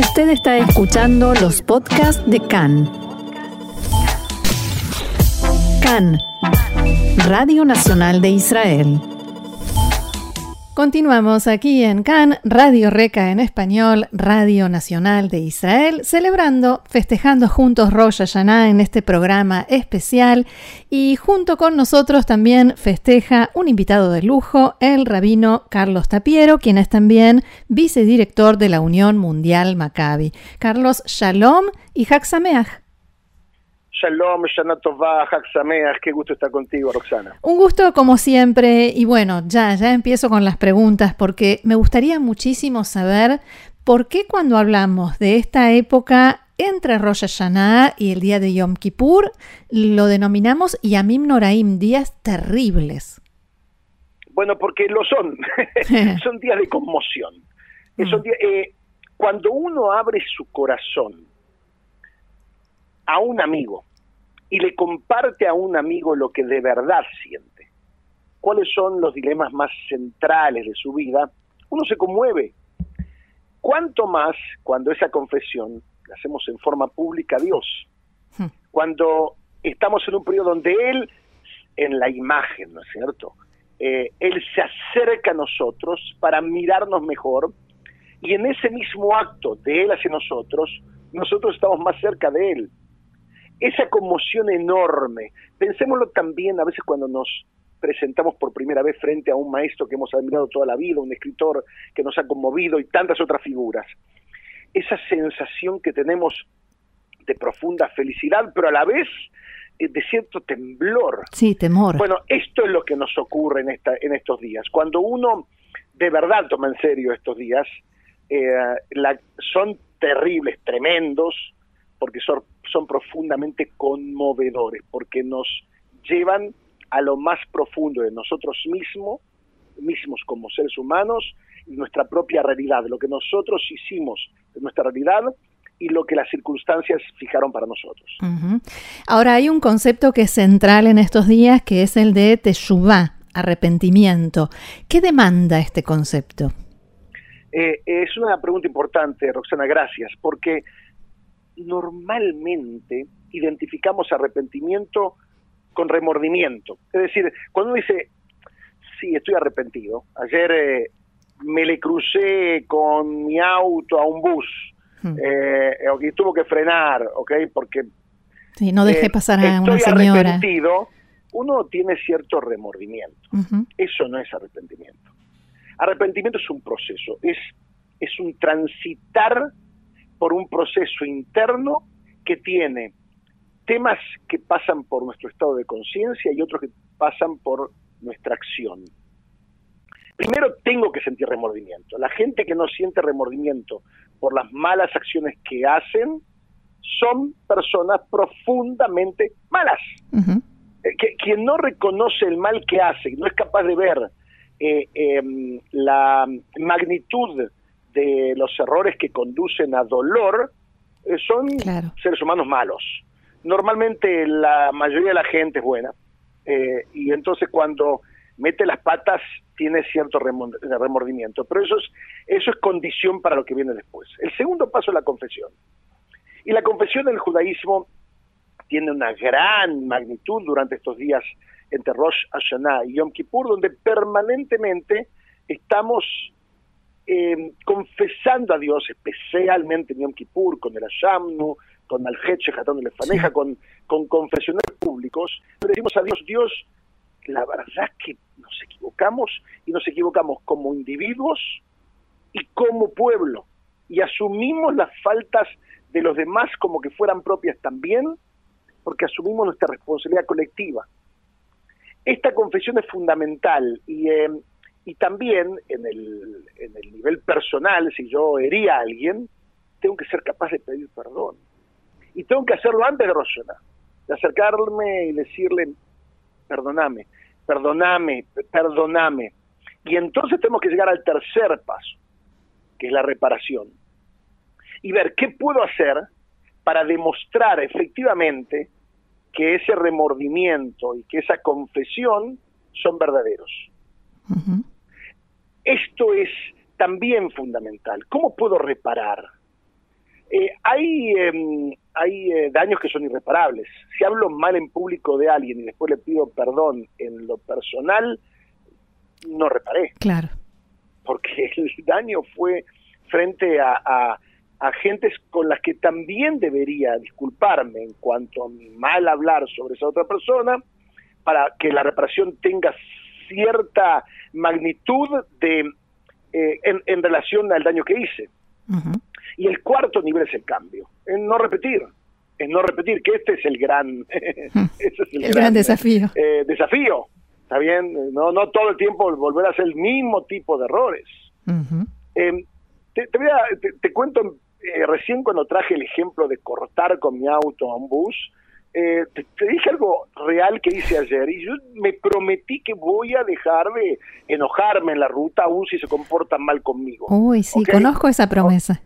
Usted está escuchando los podcasts de CAN. CAN, Radio Nacional de Israel. Continuamos aquí en CAN, Radio Reca en español, Radio Nacional de Israel, festejando juntos Rosh Hashanah en este programa especial, y junto con nosotros también festeja un invitado de lujo, el rabino Carlos Tapiero, quien es también vicedirector de la Unión Mundial Maccabi. Carlos, Shalom y Hag Sameach. Shalom, Shana Tová, Hag Sameach, qué gusto estar contigo, Roxana. Un gusto como siempre, y bueno, ya empiezo con las preguntas, porque me gustaría muchísimo saber por qué cuando hablamos de esta época entre Rosh Hashanah y el día de Yom Kippur, lo denominamos Yamim Noraim, días terribles. Bueno, porque lo son, son días de conmoción. Cuando uno abre su corazón a un amigo y le comparte a un amigo lo que de verdad siente, cuáles son los dilemas más centrales de su vida, uno se conmueve. Cuánto más cuando esa confesión la hacemos en forma pública a Dios, cuando estamos en un periodo donde Él, en la imagen, ¿no es cierto?, Él se acerca a nosotros para mirarnos mejor, y en ese mismo acto de Él hacia nosotros estamos más cerca de Él. Esa conmoción enorme, pensémoslo también a veces cuando nos presentamos por primera vez frente a un maestro que hemos admirado toda la vida, un escritor que nos ha conmovido y tantas otras figuras. Esa sensación que tenemos de profunda felicidad, pero a la vez de cierto temblor. Sí, temor. Bueno, esto es lo que nos ocurre en estos días. Cuando uno de verdad toma en serio estos días, son terribles, tremendos, porque son profundamente conmovedores, porque nos llevan a lo más profundo de nosotros mismos como seres humanos, y nuestra propia realidad, lo que nosotros hicimos de nuestra realidad y lo que las circunstancias fijaron para nosotros. Uh-huh. Ahora, hay un concepto que es central en estos días, que es el de teshuvá, arrepentimiento. ¿Qué demanda este concepto? Es una pregunta importante, Roxana, gracias, porque normalmente identificamos arrepentimiento con remordimiento. Es decir, cuando uno dice, sí, estoy arrepentido, ayer me le crucé con mi auto a un bus, y tuvo que frenar, porque sí, no dejé pasar a una señora. Estoy arrepentido, uno tiene cierto remordimiento. Uh-huh. Eso no es arrepentimiento. Arrepentimiento es un proceso, es un transitar por un proceso interno que tiene temas que pasan por nuestro estado de conciencia y otros que pasan por nuestra acción. Primero tengo que sentir remordimiento. La gente que no siente remordimiento por las malas acciones que hacen son personas profundamente malas. Uh-huh. Quien no reconoce el mal que hace, no es capaz de ver la magnitud de los errores que conducen a dolor, son seres humanos malos. Normalmente la mayoría de la gente es buena, y entonces cuando mete las patas tiene cierto remordimiento, pero eso es condición para lo que viene después. El segundo paso es la confesión, y la confesión en el judaísmo tiene una gran magnitud durante estos días entre Rosh Hashanah y Yom Kippur, donde permanentemente estamos confesando a Dios, especialmente en Yom Kippur, con el Ashamnu, con el Hetche, Hatán Lefaneja, con confesionarios públicos. Le decimos a Dios, la verdad es que nos equivocamos, y nos equivocamos como individuos y como pueblo, y asumimos las faltas de los demás como que fueran propias también, porque asumimos nuestra responsabilidad colectiva. Esta confesión es fundamental, y también en el nivel personal, si yo herí a alguien, tengo que ser capaz de pedir perdón. Y tengo que hacerlo antes de Rosh Hashanah, de acercarme y decirle, perdóname. Y entonces tenemos que llegar al tercer paso, que es la reparación. Y ver qué puedo hacer para demostrar efectivamente que ese remordimiento y que esa confesión son verdaderos. Uh-huh. Esto es también fundamental. ¿Cómo puedo reparar? Hay daños que son irreparables. Si hablo mal en público de alguien y después le pido perdón en lo personal, no reparé. Claro. Porque el daño fue frente a gentes con las que también debería disculparme en cuanto a mi mal hablar sobre esa otra persona, para que la reparación tenga cierta magnitud en relación al daño que hice. Uh-huh. Y el cuarto nivel es el cambio, es no repetir, que este es el gran, ese es el gran desafío. Desafío, ¿está bien? No todo el tiempo volver a hacer el mismo tipo de errores. Uh-huh. Te cuento, recién cuando traje el ejemplo de cortar con mi auto a un bus, te dije algo real que hice ayer, y yo me prometí que voy a dejar de enojarme en la ruta aún si se comportan mal conmigo. Uy, sí, ¿okay? Conozco esa promesa.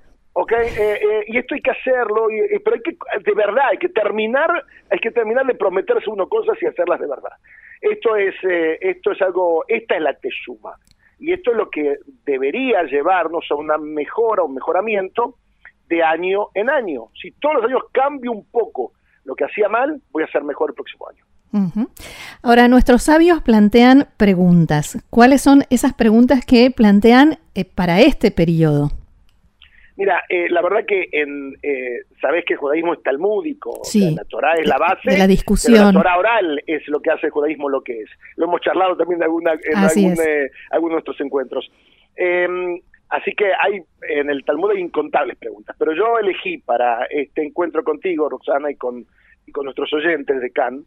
Y esto hay que hacerlo, pero de verdad hay que terminar de prometerse uno cosas y hacerlas de verdad. Esto es algo, esta es la teshuva, y esto es lo que debería llevarnos a una mejora, un mejoramiento de año en año. Si todos los años cambio un poco lo que hacía mal, voy a hacer mejor el próximo año. Uh-huh. Ahora, nuestros sabios plantean preguntas. ¿Cuáles son esas preguntas que plantean para este periodo? Mira, la verdad que sabés que el judaísmo es talmúdico, sí, o sea, la Torá es la base, de la discusión. Pero la Torá oral es lo que hace el judaísmo lo que es. Lo hemos charlado también en algunos de nuestros encuentros. Así que en el Talmud hay incontables preguntas, pero yo elegí para este encuentro contigo, Roxana, y con nuestros oyentes de Cannes,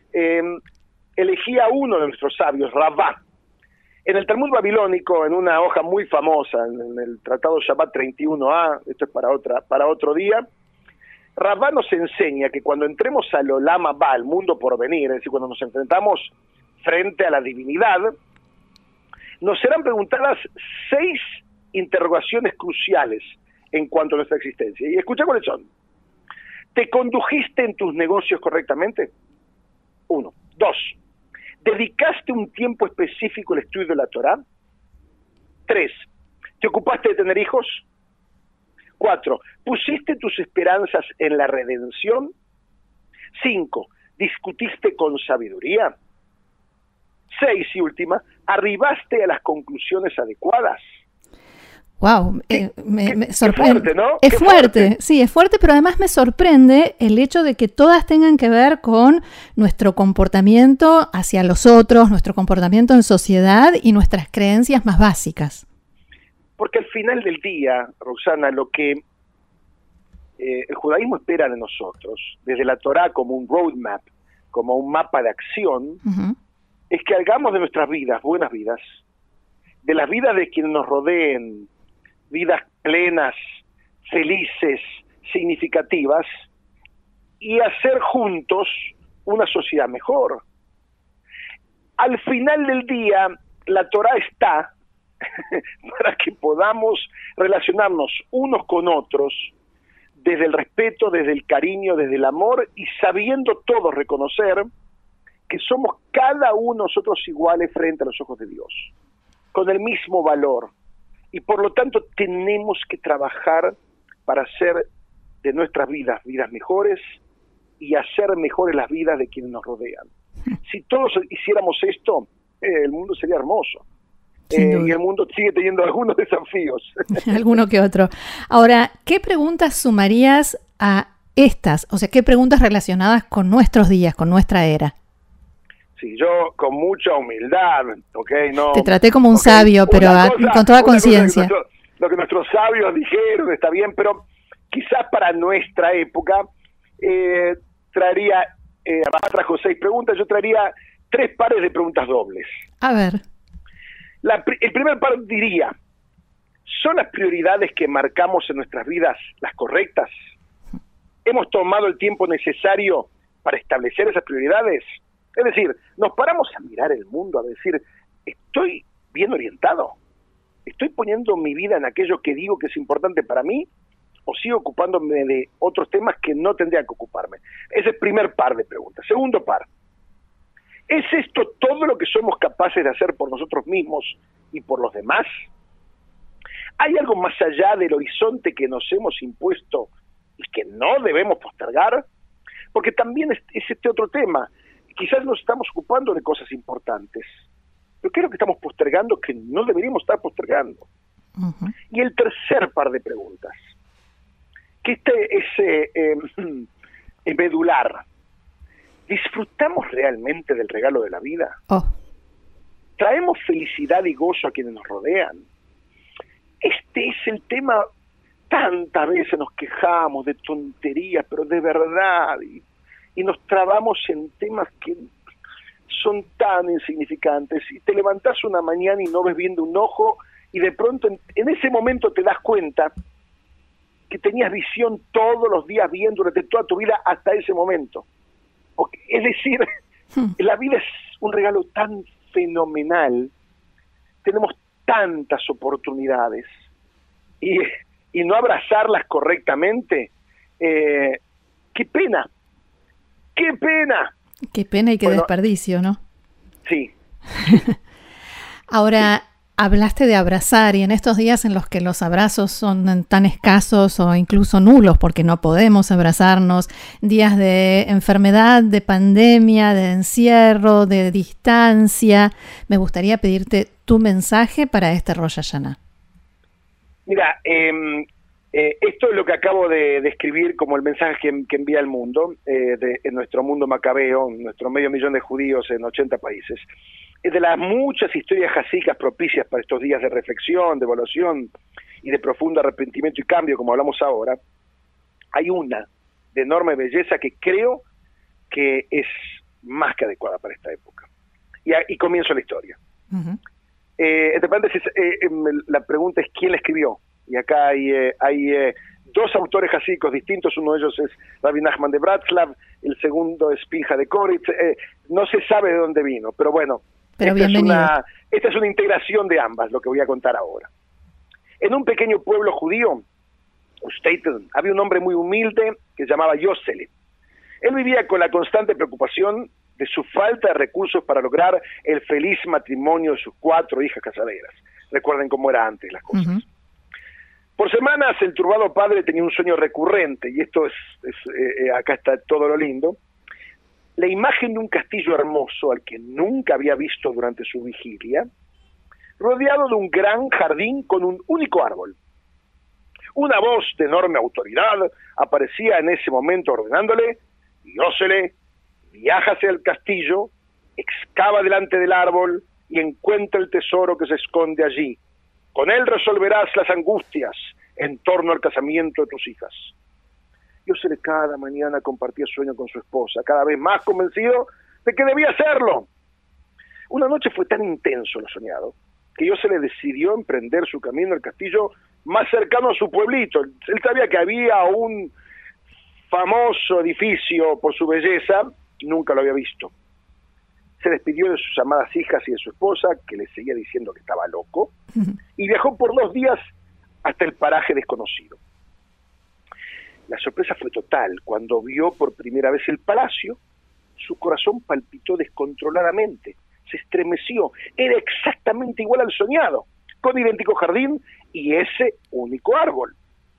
elegí a uno de nuestros sabios, Ravá. En el Talmud babilónico, en una hoja muy famosa, en el Tratado Shabbat 31a, esto es para otro día, Ravá nos enseña que cuando entremos al Olam Haba, al mundo por venir, es decir, cuando nos enfrentamos frente a la divinidad, nos serán preguntadas 6 interrogaciones cruciales en cuanto a nuestra existencia. Y escucha cuáles son. ¿Te condujiste en tus negocios correctamente? 1. 2. ¿Dedicaste un tiempo específico al estudio de la Torá? 3. ¿Te ocupaste de tener hijos? 4. ¿Pusiste tus esperanzas en la redención? 5. ¿Discutiste con sabiduría? 6 y última, ¿arribaste a las conclusiones adecuadas? Wow, me sorprende. Qué fuerte, ¿no? Es fuerte, sí, es fuerte, pero además me sorprende el hecho de que todas tengan que ver con nuestro comportamiento hacia los otros, nuestro comportamiento en sociedad y nuestras creencias más básicas. Porque al final del día, Roxana, lo que el judaísmo espera de nosotros, desde la Torá como un roadmap, como un mapa de acción, uh-huh, es que hagamos de nuestras vidas buenas vidas, de las vidas de quienes nos rodeen, vidas plenas, felices, significativas, y hacer juntos una sociedad mejor. Al final del día, la Torá está para que podamos relacionarnos unos con otros desde el respeto, desde el cariño, desde el amor, y sabiendo todos reconocer que somos cada uno nosotros iguales frente a los ojos de Dios, con el mismo valor. Y por lo tanto tenemos que trabajar para hacer de nuestras vidas mejores y hacer mejores las vidas de quienes nos rodean. Si todos hiciéramos esto, el mundo sería hermoso. Y el mundo sigue teniendo algunos desafíos. Alguno que otro. Ahora, ¿qué preguntas sumarías a estas? O sea, ¿qué preguntas relacionadas con nuestros días, con nuestra era? Sí, yo con mucha humildad, no. Te traté como un sabio, pero con toda conciencia. Lo que nuestros sabios dijeron está bien, pero quizás para nuestra época traería, Rafa trajo 6 preguntas, yo traería 3 pares de preguntas dobles. A ver. El primer par diría, ¿son las prioridades que marcamos en nuestras vidas las correctas? ¿Hemos tomado el tiempo necesario para establecer esas prioridades? Es decir, nos paramos a mirar el mundo, a decir, ¿estoy bien orientado? ¿Estoy poniendo mi vida en aquello que digo que es importante para mí? ¿O sigo ocupándome de otros temas que no tendría que ocuparme? Ese es el primer par de preguntas. Segundo par, ¿es esto todo lo que somos capaces de hacer por nosotros mismos y por los demás? ¿Hay algo más allá del horizonte que nos hemos impuesto y que no debemos postergar, porque también es este otro tema. Quizás nos estamos ocupando de cosas importantes, pero ¿qué es lo que estamos postergando que no deberíamos estar postergando? Uh-huh. Y el tercer par de preguntas, que es medular. ¿Disfrutamos realmente del regalo de la vida? Oh. ¿Traemos felicidad y gozo a quienes nos rodean? Este es el tema. Tantas veces nos quejamos de tonterías, pero de verdad, y nos trabamos en temas que son tan insignificantes, y te levantás una mañana y no ves bien de un ojo, y de pronto en ese momento te das cuenta que tenías visión todos los días bien durante toda tu vida hasta ese momento. Es decir, la vida es un regalo tan fenomenal, tenemos tantas oportunidades, y no abrazarlas correctamente, ¡qué pena! ¡Qué pena! ¡Qué pena y qué desperdicio!, ¿no? Sí. Ahora, hablaste de abrazar, y en estos días en los que los abrazos son tan escasos o incluso nulos porque no podemos abrazarnos, días de enfermedad, de pandemia, de encierro, de distancia, me gustaría pedirte tu mensaje para este Rosh Hashanah. Mira, esto es lo que acabo de describir como el mensaje que envía el mundo, en nuestro mundo macabeo, nuestro 500.000 de judíos en 80 países. De las muchas historias jasídicas propicias para estos días de reflexión, de evaluación y de profundo arrepentimiento y cambio, como hablamos ahora, hay una de enorme belleza que creo que es más que adecuada para esta época. Y comienzo la historia. Uh-huh. Entre paréntesis, la pregunta es ¿quién la escribió? Y acá hay dos autores jasídicos distintos, uno de ellos es Rabbi Nachman de Bratslav, el segundo es Pinja de Koritz, no se sabe de dónde vino, pero bueno, esta es una integración de ambas, lo que voy a contar ahora. En un pequeño pueblo judío, Usteiten, había un hombre muy humilde que se llamaba Yosele. Él vivía con la constante preocupación de su falta de recursos para lograr el feliz matrimonio de sus 4 hijas casaderas. Recuerden cómo era antes las cosas. Uh-huh. Por semanas el turbado padre tenía un sueño recurrente, y esto acá está todo lo lindo, la imagen de un castillo hermoso al que nunca había visto durante su vigilia, rodeado de un gran jardín con un único árbol. Una voz de enorme autoridad aparecía en ese momento ordenándole: Yosele, viaja hacia el castillo, excava delante del árbol y encuentra el tesoro que se esconde allí. Con él resolverás las angustias en torno al casamiento de tus hijas. Yosele cada mañana compartía sueño con su esposa, cada vez más convencido de que debía hacerlo. Una noche fue tan intenso lo soñado que Yosele decidió emprender su camino al castillo más cercano a su pueblito. Él sabía que había un famoso edificio por su belleza, nunca lo había visto. Se despidió de sus amadas hijas y de su esposa, que le seguía diciendo que estaba loco, y viajó por 2 días hasta el paraje desconocido. La sorpresa fue total. Cuando vio por primera vez el palacio, su corazón palpitó descontroladamente, se estremeció. Era exactamente igual al soñado, con idéntico jardín y ese único árbol.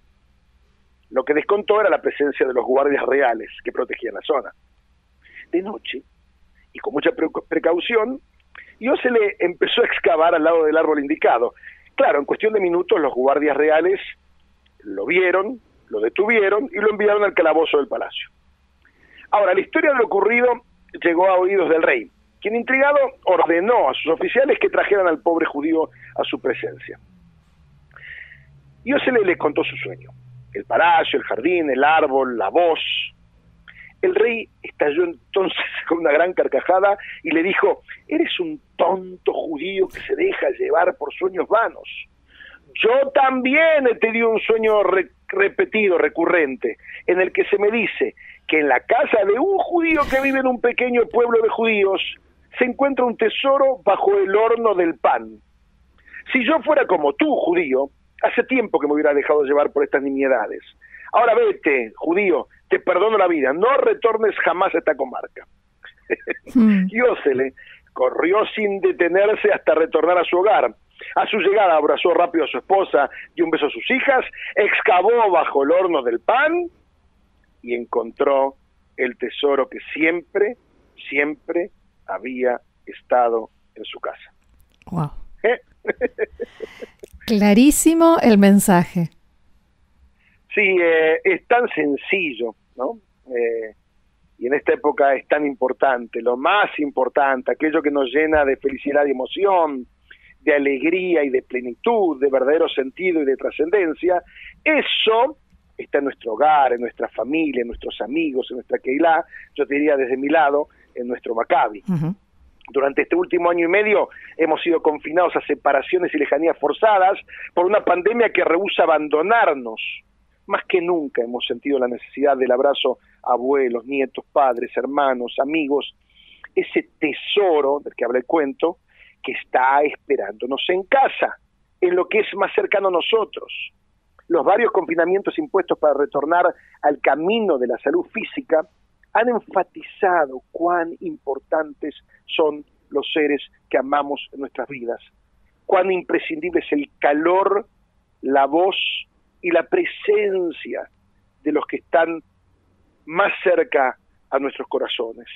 Lo que descontó era la presencia de los guardias reales que protegían la zona. De noche, y con mucha precaución, Yosele empezó a excavar al lado del árbol indicado. Claro, en cuestión de minutos los guardias reales lo vieron, lo detuvieron y lo enviaron al calabozo del palacio. Ahora, la historia de lo ocurrido llegó a oídos del rey, quien intrigado ordenó a sus oficiales que trajeran al pobre judío a su presencia. Yosele le contó su sueño: el palacio, el jardín, el árbol, la voz. El rey estalló entonces con una gran carcajada y le dijo: eres un tonto judío que se deja llevar por sueños vanos. Yo también he tenido un sueño repetido, recurrente, en el que se me dice que en la casa de un judío que vive en un pequeño pueblo de judíos se encuentra un tesoro bajo el horno del pan. Si yo fuera como tú, judío, hace tiempo que me hubiera dejado llevar por estas nimiedades. Ahora vete, judío, te perdono la vida, no retornes jamás a esta comarca. Yosele corrió sin detenerse hasta retornar a su hogar. A su llegada abrazó rápido a su esposa, dio un beso a sus hijas, excavó bajo el horno del pan y encontró el tesoro que siempre, siempre había estado en su casa. Wow. Clarísimo el mensaje. Sí, es tan sencillo, ¿no? Y en esta época es tan importante, lo más importante, aquello que nos llena de felicidad y emoción, de alegría y de plenitud, de verdadero sentido y de trascendencia, eso está en nuestro hogar, en nuestra familia, en nuestros amigos, en nuestra Keilah, yo te diría desde mi lado, en nuestro Maccabi. Uh-huh. Durante este último año y medio hemos sido confinados a separaciones y lejanías forzadas por una pandemia que rehúsa abandonarnos. Más que nunca hemos sentido la necesidad del abrazo a abuelos, nietos, padres, hermanos, amigos, ese tesoro del que habla el cuento, que está esperándonos en casa, en lo que es más cercano a nosotros. Los varios confinamientos impuestos para retornar al camino de la salud física han enfatizado cuán importantes son los seres que amamos en nuestras vidas, cuán imprescindible es el calor, la voz y la presencia de los que están más cerca a nuestros corazones.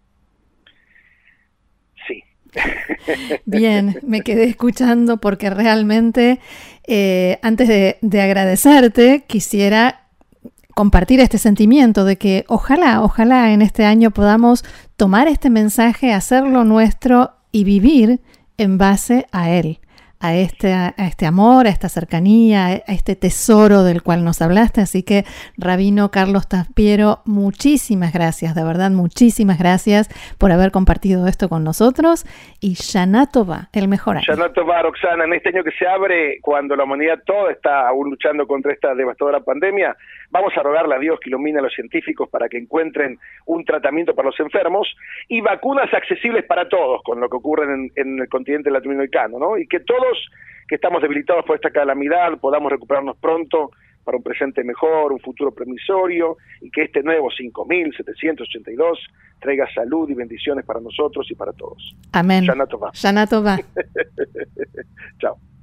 Sí. Bien, me quedé escuchando porque realmente antes de agradecerte quisiera compartir este sentimiento de que ojalá en este año podamos tomar este mensaje, hacerlo nuestro y vivir en base a él, a este amor, a esta cercanía, a este tesoro del cual nos hablaste. Así que, Rabino Carlos Tapiero, muchísimas gracias, de verdad, muchísimas gracias por haber compartido esto con nosotros. Y Shana Tova, el mejor año. Shana Tova, Roxana, en este año que se abre, cuando la humanidad toda está aún luchando contra esta devastadora pandemia, vamos a rogarle a Dios que ilumine a los científicos para que encuentren un tratamiento para los enfermos y vacunas accesibles para todos, con lo que ocurre en el continente latinoamericano, ¿no? Y que todos que estamos debilitados por esta calamidad podamos recuperarnos pronto para un presente mejor, un futuro promisorio, y que este nuevo 5.782 traiga salud y bendiciones para nosotros y para todos. Amén. Shana Tova. Shana Tova. Chao.